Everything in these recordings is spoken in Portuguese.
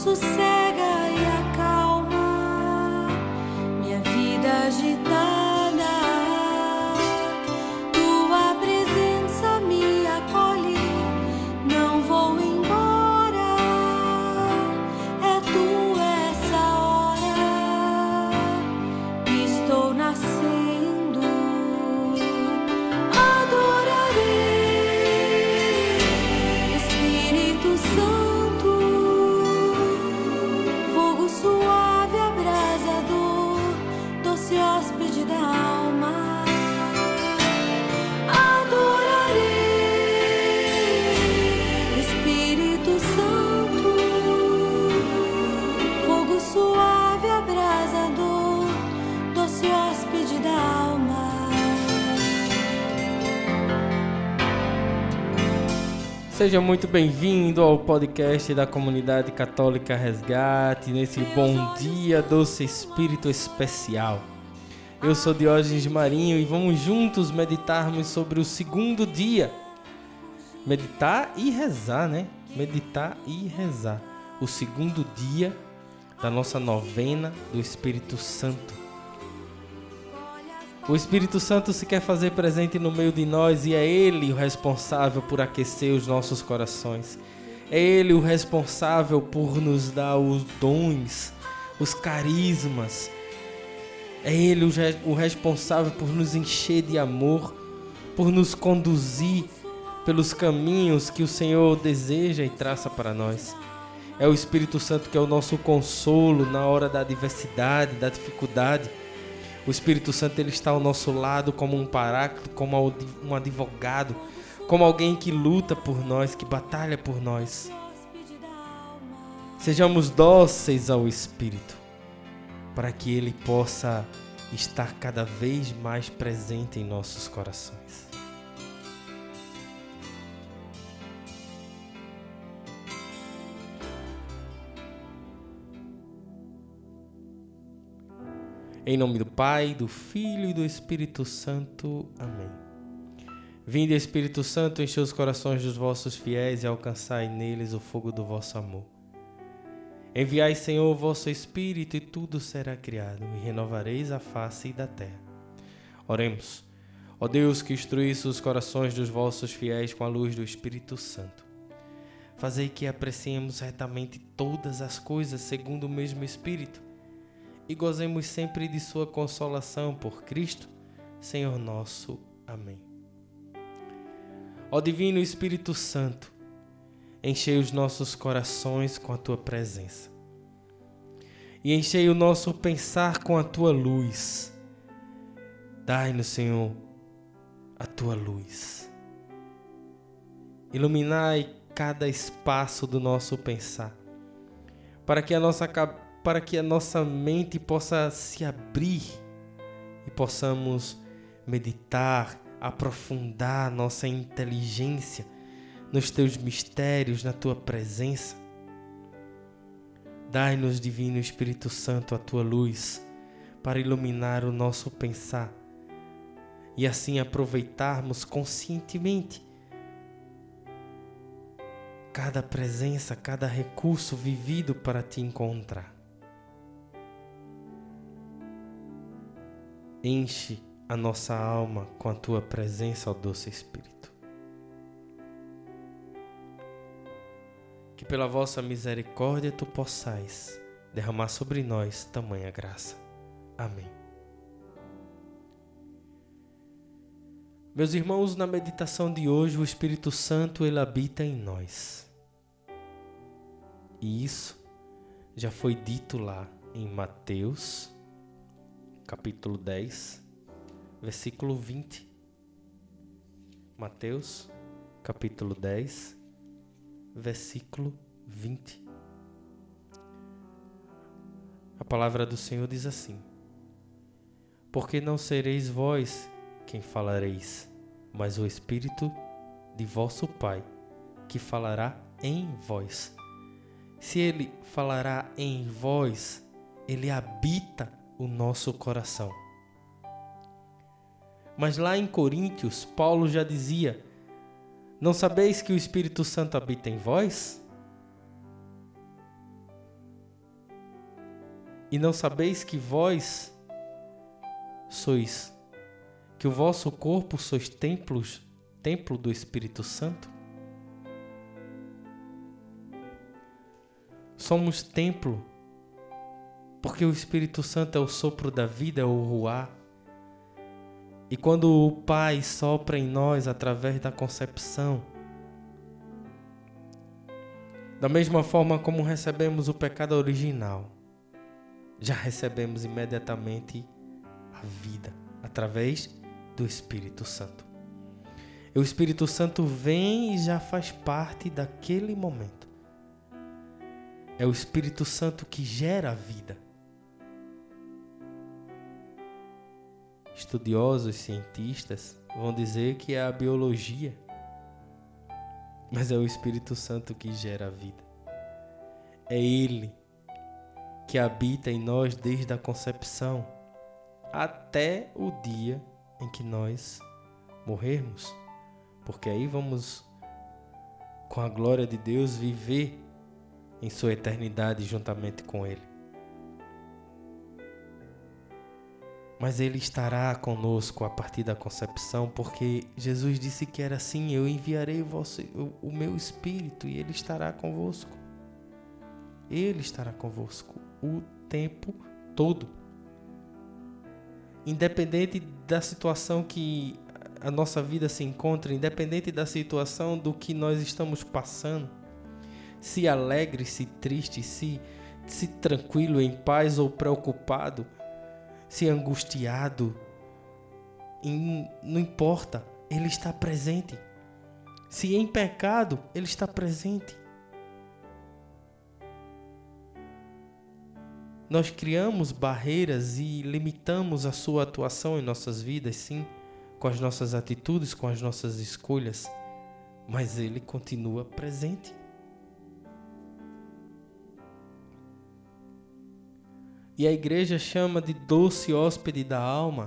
sossega e acalma minha vida agitada. Tua presença me acolhe, não vou embora. É tu essa hora, estou nascendo. Adorarei, Espírito Santo, fogo suave, abrasador, doce hóspede da alma. Adorarei, Espírito Santo, fogo suave, abrasador, doce hóspede da alma. Seja muito bem-vindo ao podcast da Comunidade Católica Resgate, nesse Bom Dia Doce Espírito especial. Eu sou Diógenes Marinho e vamos juntos meditarmos sobre o segundo dia. Meditar e rezar, né? Meditar e rezar. O segundo dia da nossa novena do Espírito Santo. O Espírito Santo se quer fazer presente no meio de nós e é Ele o responsável por aquecer os nossos corações. É Ele o responsável por nos dar os dons, os carismas. É Ele o responsável por nos encher de amor, por nos conduzir pelos caminhos que o Senhor deseja e traça para nós. É o Espírito Santo que é o nosso consolo na hora da adversidade, da dificuldade. O Espírito Santo ele está ao nosso lado como um paráclito, como um advogado, como alguém que luta por nós, que batalha por nós. Sejamos dóceis ao Espírito, para que Ele possa estar cada vez mais presente em nossos corações. Em nome do Pai, do Filho e do Espírito Santo. Amém. Vinde, Espírito Santo, enchei os corações dos vossos fiéis e alcançai neles o fogo do vosso amor. Enviai, Senhor, o vosso Espírito e tudo será criado, e renovareis a face da terra. Oremos. Ó Deus, que instruísse os corações dos vossos fiéis com a luz do Espírito Santo. Fazei que apreciemos retamente todas as coisas segundo o mesmo Espírito, e gozemos sempre de sua consolação por Cristo, Senhor nosso. Amém. Ó Divino Espírito Santo, enchei os nossos corações com a Tua presença e enchei o nosso pensar com a Tua luz. Dai-nos, Senhor, a Tua luz. Iluminai cada espaço do nosso pensar, para que a nossa mente possa se abrir e possamos meditar, aprofundar nossa inteligência nos Teus mistérios, na Tua presença. Dai-nos, Divino Espírito Santo, a Tua luz para iluminar o nosso pensar e assim aproveitarmos conscientemente cada presença, cada recurso vivido para Te encontrar. Enche a nossa alma com a Tua presença, ó doce Espírito. Que pela vossa misericórdia Tu possais derramar sobre nós tamanha graça. Amém. Meus irmãos, na meditação de hoje, o Espírito Santo ele habita em nós. E isso já foi dito lá em Mateus capítulo 10, versículo 20. Mateus, capítulo 10, versículo 20. A palavra do Senhor diz assim: porque não sereis vós quem falareis, mas o Espírito de vosso Pai, que falará em vós. Se Ele falará em vós, Ele habita o nosso coração. Mas lá em Coríntios, Paulo já dizia: não sabeis que o Espírito Santo habita em vós? E não sabeis que vós sois, que o vosso corpo sois templo do Espírito Santo? Somos templo, porque o Espírito Santo é o sopro da vida, é o ruá. E quando o Pai sopra em nós através da concepção, da mesma forma como recebemos o pecado original, já recebemos imediatamente a vida através do Espírito Santo. E o Espírito Santo vem e já faz parte daquele momento. É o Espírito Santo que gera a vida. Estudiosos, cientistas vão dizer que é a biologia, mas é o Espírito Santo que gera a vida. É Ele que habita em nós desde a concepção até o dia em que nós morrermos, porque aí vamos, com a glória de Deus, viver em sua eternidade juntamente com Ele. Mas Ele estará conosco a partir da concepção, porque Jesus disse que era assim: eu enviarei o meu Espírito e Ele estará convosco. Ele estará convosco o tempo todo. Independente da situação que a nossa vida se encontra, independente da situação do que nós estamos passando, se alegre, se triste, se tranquilo, em paz ou preocupado, se angustiado, não importa, Ele está presente. Se em pecado, Ele está presente. Nós criamos barreiras e limitamos a sua atuação em nossas vidas, sim, com as nossas atitudes, com as nossas escolhas, mas Ele continua presente. E a igreja chama de doce hóspede da alma,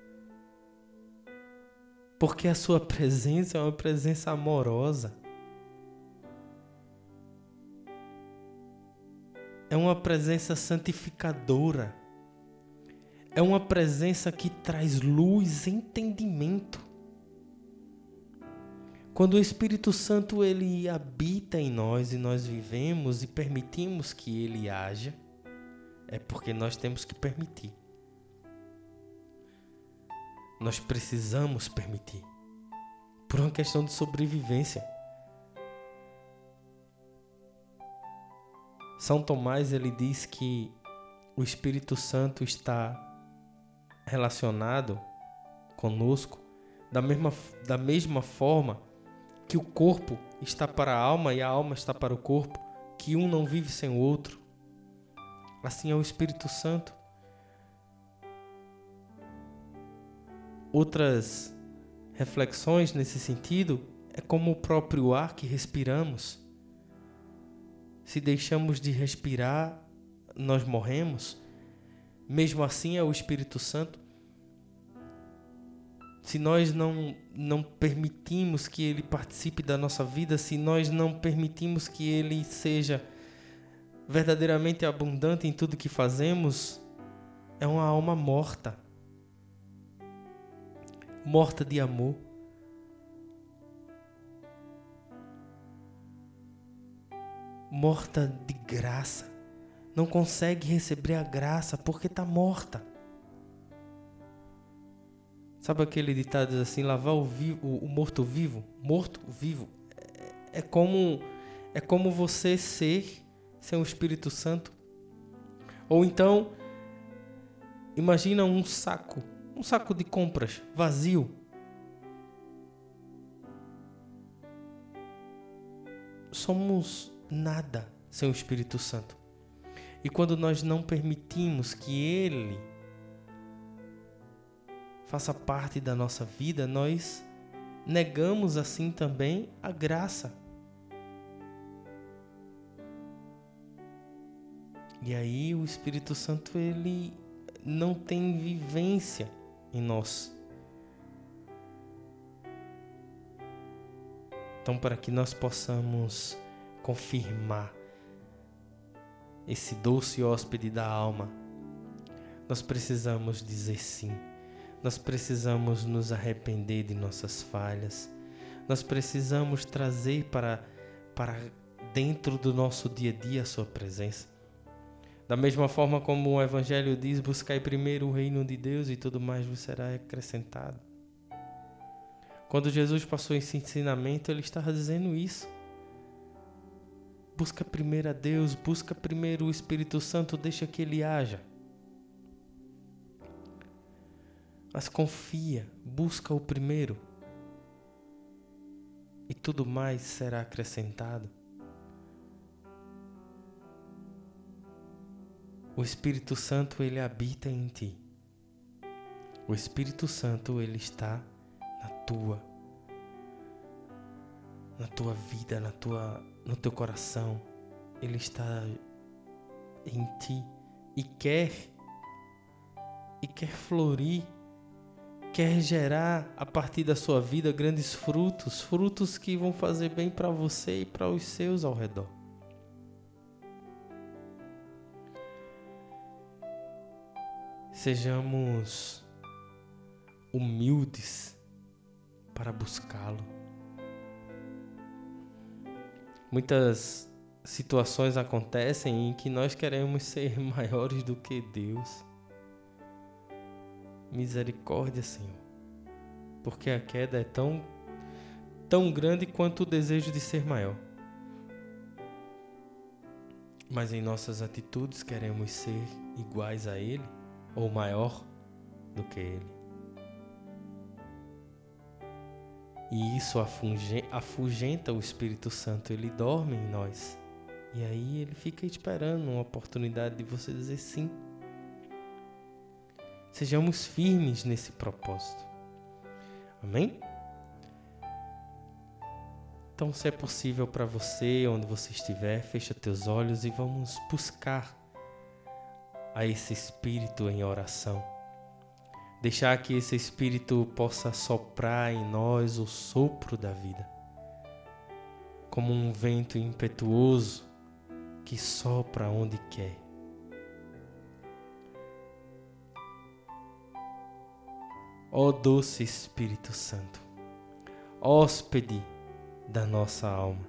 porque a sua presença é uma presença amorosa. É uma presença santificadora. É uma presença que traz luz e entendimento. Quando o Espírito Santo ele habita em nós e nós vivemos e permitimos que ele haja, é porque nós temos que permitir. Nós precisamos permitir. Por uma questão de sobrevivência. São Tomás ele diz que o Espírito Santo está relacionado conosco da mesma forma que o corpo está para a alma e a alma está para o corpo, que um não vive sem o outro. Assim é o Espírito Santo. Outras reflexões nesse sentido é como o próprio ar que respiramos. Se deixamos de respirar, nós morremos. Mesmo assim é o Espírito Santo. Se nós não permitimos que Ele participe da nossa vida, se nós não permitimos que Ele seja verdadeiramente abundante em tudo que fazemos, é uma alma morta. Morta de amor. Morta de graça. Não consegue receber a graça porque está morta. Sabe aquele ditado assim, lavar o morto vivo? Morto vivo. É como você ser sem o Espírito Santo. Ou então, imagina um saco de compras vazio. Somos nada sem o Espírito Santo. E quando nós não permitimos que Ele faça parte da nossa vida, nós negamos assim também a graça. E aí o Espírito Santo ele não tem vivência em nós. Então, para que nós possamos confirmar esse doce hóspede da alma Nós precisamos dizer sim. Nós precisamos nos arrepender de nossas falhas. Nós precisamos trazer para dentro do nosso dia a dia a sua presença. Da mesma forma como o Evangelho diz, buscai primeiro o reino de Deus e tudo mais vos será acrescentado. Quando Jesus passou esse ensinamento, ele estava dizendo isso. Busca primeiro a Deus, busca primeiro o Espírito Santo, deixa que ele haja. Mas confia, busca o primeiro. E tudo mais será acrescentado. O Espírito Santo, ele habita em ti. O Espírito Santo, ele está na tua vida, no teu coração. Ele está em ti e quer florir, quer gerar a partir da sua vida grandes frutos que vão fazer bem para você e para os seus ao redor. Sejamos humildes para buscá-lo. Muitas situações acontecem em que nós queremos ser maiores do que Deus. Misericórdia, Senhor. Porque a queda é tão grande quanto o desejo de ser maior. Mas em nossas atitudes queremos ser iguais a Ele ou maior do que Ele. E isso afugenta o Espírito Santo, ele dorme em nós. E aí ele fica esperando uma oportunidade de você dizer sim. Sejamos firmes nesse propósito. Amém? Então, se é possível para você, onde você estiver, fecha teus olhos e vamos buscar a esse Espírito em oração. Deixar que esse Espírito possa soprar em nós o sopro da vida. Como um vento impetuoso que sopra onde quer. Ó doce Espírito Santo, hóspede da nossa alma,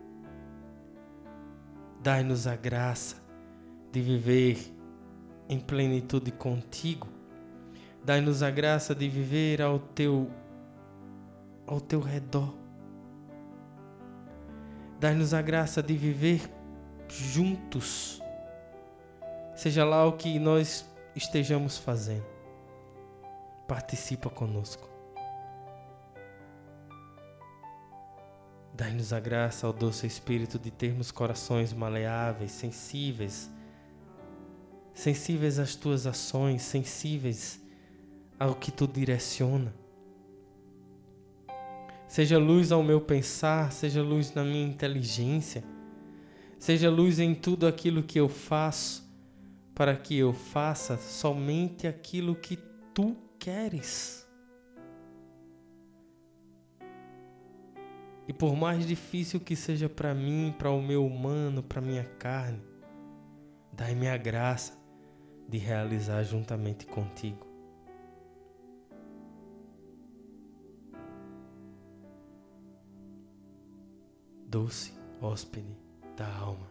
dai-nos a graça de viver em plenitude contigo. Dai-nos a graça de viver ao teu redor. Dai-nos a graça de viver juntos. Seja lá o que nós estejamos fazendo. Participa conosco. Dai-nos a graça, ó doce Espírito, de termos corações maleáveis, sensíveis às tuas ações, sensíveis ao que tu direciona. Seja luz ao meu pensar, seja luz na minha inteligência, seja luz em tudo aquilo que eu faço, para que eu faça somente aquilo que tu queres. E por mais difícil que seja para mim, para o meu humano, para minha carne, dai-me a graça de realizar juntamente contigo. Doce hóspede da alma.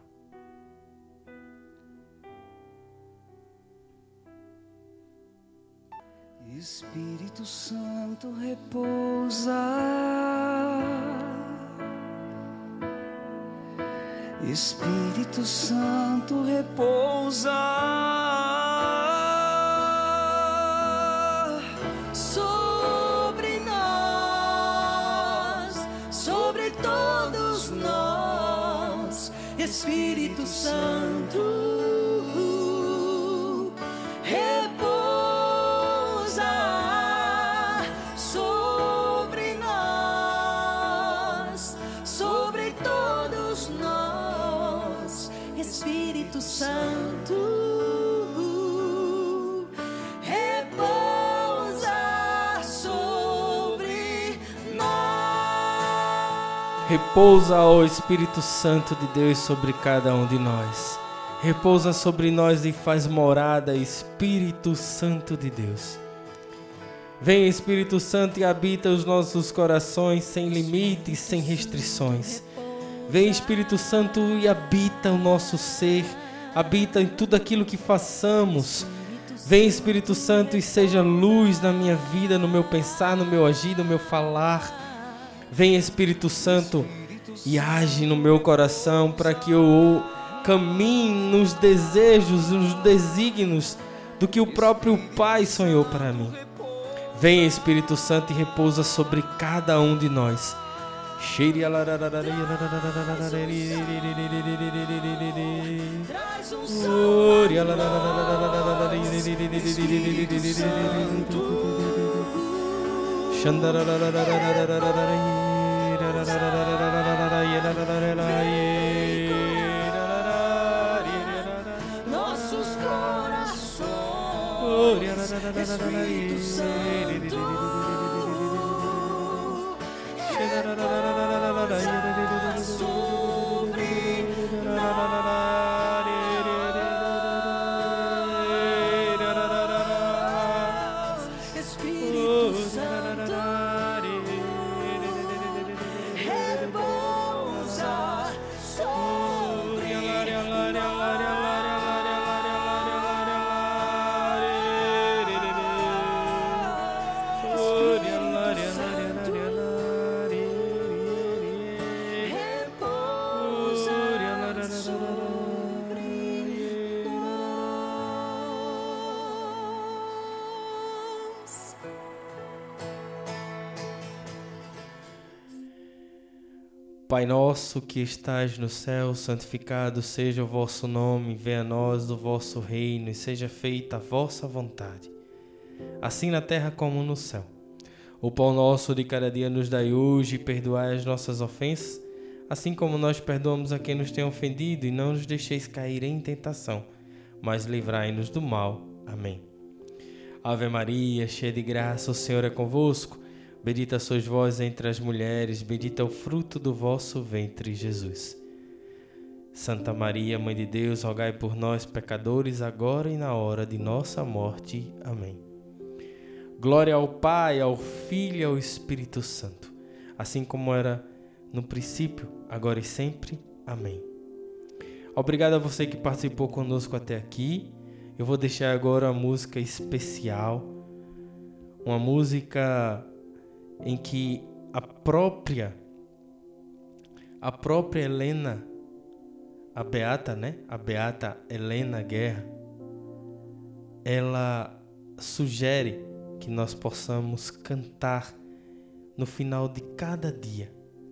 Espírito Santo repousa. Espírito Santo repousa sobre nós, sobre todos nós, Espírito Santo. Espírito Santo, repousa sobre nós. Repousa, ó Espírito Santo de Deus, sobre cada um de nós. Repousa sobre nós e faz morada, Espírito Santo de Deus. Vem, Espírito Santo, e habita os nossos corações sem limites, sem restrições. Vem, Espírito Santo, e habita o nosso ser, habita em tudo aquilo que façamos. Vem, Espírito Santo, e seja luz na minha vida, no meu pensar, no meu agir, no meu falar. Vem, Espírito Santo, e age no meu coração para que eu caminhe nos desejos, nos desígnios do que o próprio Pai sonhou para mim. Vem, Espírito Santo, e repousa sobre cada um de nós. Nossos corações, Espírito Santo, repousa sobre nós, Espírito Santo, repousa sobre Pai nosso que estás no céu, santificado seja o vosso nome, venha a nós o vosso reino e seja feita a vossa vontade, assim na terra como no céu. O pão nosso de cada dia nos dai hoje e perdoai as nossas ofensas, assim como nós perdoamos a quem nos tem ofendido, e não nos deixeis cair em tentação, mas livrai-nos do mal. Amém. Ave Maria, cheia de graça, o Senhor é convosco. Bendita sois vós entre as mulheres, bendito é o fruto do vosso ventre, Jesus. Santa Maria, Mãe de Deus, rogai por nós, pecadores, agora e na hora de nossa morte. Amém. Glória ao Pai, ao Filho e ao Espírito Santo, assim como era no princípio, agora e sempre. Amém. Obrigado a você que participou conosco até aqui. Eu vou deixar agora uma música especial, uma música em que a própria Helena, a Beata Helena Guerra, ela sugere que nós possamos cantar no final de cada dia,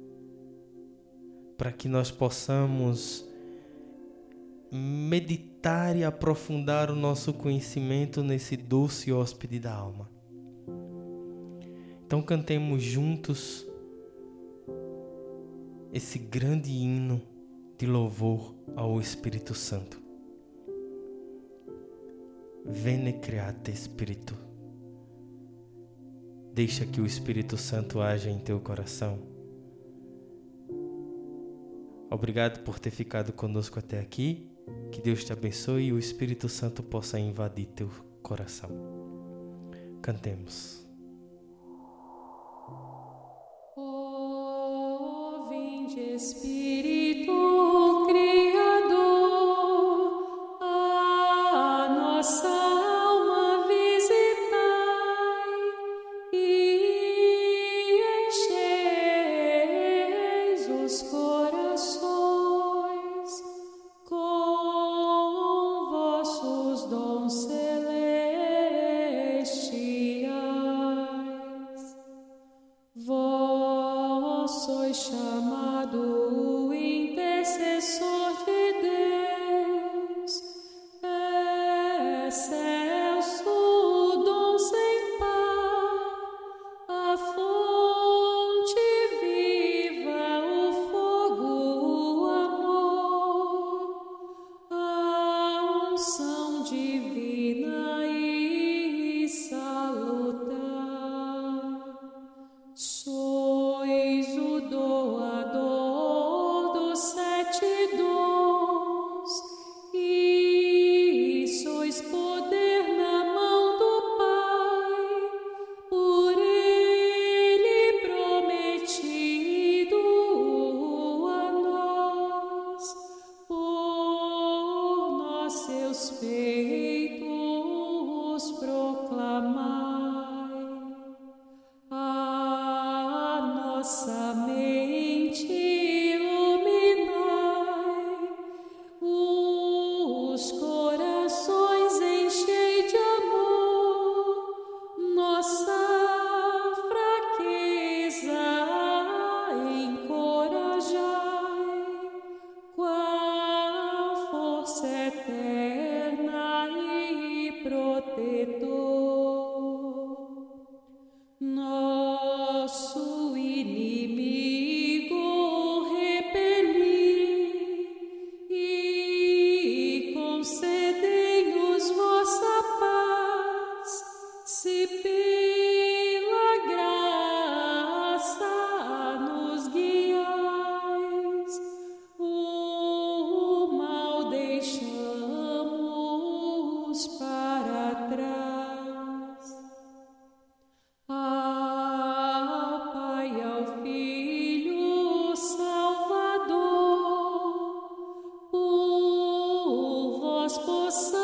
para que nós possamos meditar e aprofundar o nosso conhecimento nesse doce hóspede da alma. Então cantemos juntos esse grande hino de louvor ao Espírito Santo. Vene create Espírito. Deixa que o Espírito Santo haja em teu coração. Obrigado por ter ficado conosco até aqui. Que Deus te abençoe e o Espírito Santo possa invadir teu coração. Cantemos. Oh, vinde Espírito Criador, a nossa alma visitai e encheis os corações com vossos dons celestiais. Vós sois chamado intercessor de Deus, excelso dom sem par, a fonte viva, o fogo, o amor, a unção divina e salutar. Sois o doador dos 7 dons e seus feitos proclamai. A nossa mente iluminai, os corações enchei de amor, nossa fraqueza encorajai, qual força eterna e protetor. Nosso inimigo repeli e concedei-nos vossa paz, se pela graça nos guiais, o mal deixamos para trás. Ao Pai, ao Filho Salvador, por vós possamos